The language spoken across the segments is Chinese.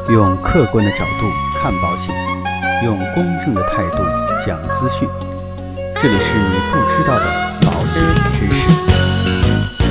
用客观的角度看保险，用公正的态度讲资讯。这里是你不知道的保险知识。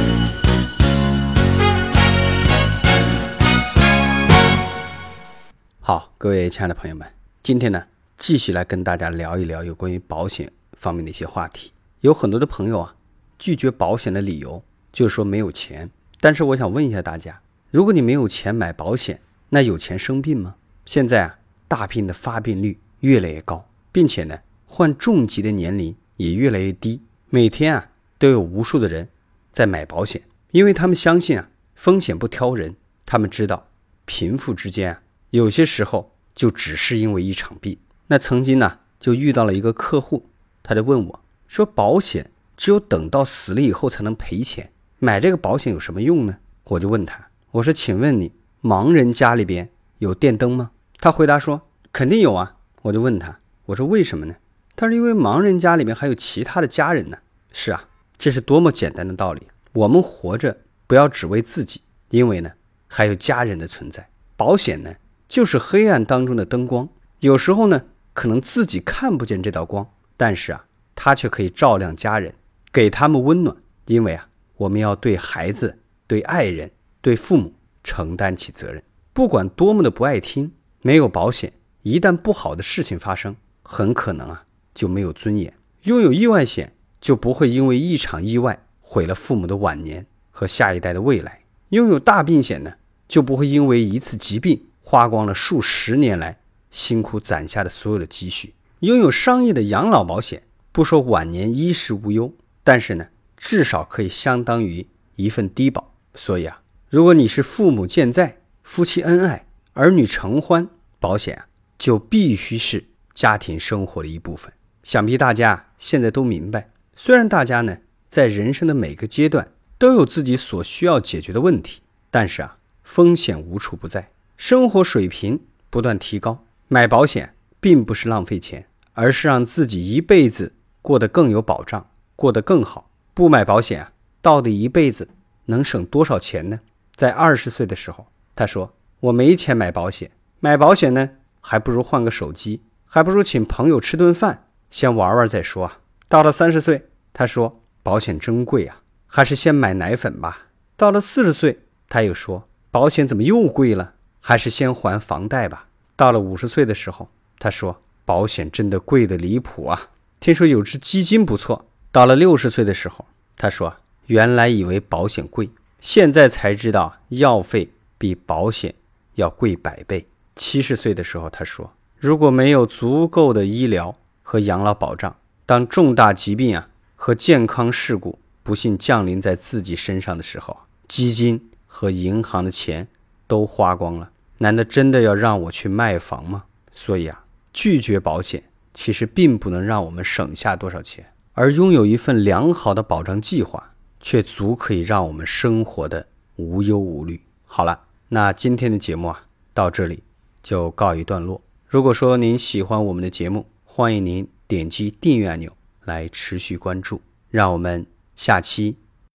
好，各位亲爱的朋友们，今天呢，继续来跟大家聊一聊有关于保险方面的一些话题。有很多的朋友拒绝保险的理由就是说没有钱。但是我想问一下大家，如果你没有钱买保险，那有钱生病吗？现在大病的发病率越来越高，并且呢，患重疾的年龄也越来越低。每天都有无数的人在买保险，因为他们相信风险不挑人，他们知道贫富之间有些时候就只是因为一场病。那曾经就遇到了一个客户，他就问我说，保险只有等到死了以后才能赔钱，买这个保险有什么用呢？我就问他，我说请问你盲人家里边有电灯吗？他回答说肯定有啊。我就问他，我说为什么呢？他说因为盲人家里面还有其他的家人呢。是这是多么简单的道理。我们活着不要只为自己，因为呢还有家人的存在。保险呢就是黑暗当中的灯光，有时候呢可能自己看不见这道光，但是它却可以照亮家人，给他们温暖。因为我们要对孩子、对爱人、对父母承担起责任。不管多么的不爱听，没有保险，一旦不好的事情发生，很可能就没有尊严。拥有意外险，就不会因为一场意外毁了父母的晚年和下一代的未来。拥有大病险呢，就不会因为一次疾病花光了数十年来辛苦攒下的所有的积蓄。拥有商业的养老保险，不说晚年衣食无忧，但是呢，至少可以相当于一份低保。所以如果你是父母健在，夫妻恩爱，儿女承欢，保险就必须是家庭生活的一部分。想必大家现在都明白，虽然大家呢在人生的每个阶段都有自己所需要解决的问题，但是风险无处不在，生活水平不断提高。买保险并不是浪费钱，而是让自己一辈子过得更有保障，过得更好。不买保险到底一辈子能省多少钱呢？在20岁的时候，他说我没钱买保险，买保险呢还不如换个手机，还不如请朋友吃顿饭，先玩玩再说到了30岁，他说保险真贵还是先买奶粉吧。到了40岁，他又说保险怎么又贵了，还是先还房贷吧。到了50岁的时候，他说保险真的贵得离谱听说有只基金不错。到了60岁的时候，他说原来以为保险贵，现在才知道药费比保险要贵100倍。70岁的时候，他说如果没有足够的医疗和养老保障，当重大疾病和健康事故不幸降临在自己身上的时候，基金和银行的钱都花光了，难道真的要让我去卖房吗？所以拒绝保险其实并不能让我们省下多少钱，而拥有一份良好的保障计划却足可以让我们生活的无忧无虑。好了，那今天的节目到这里就告一段落。如果说您喜欢我们的节目，欢迎您点击订阅按钮来持续关注。让我们下期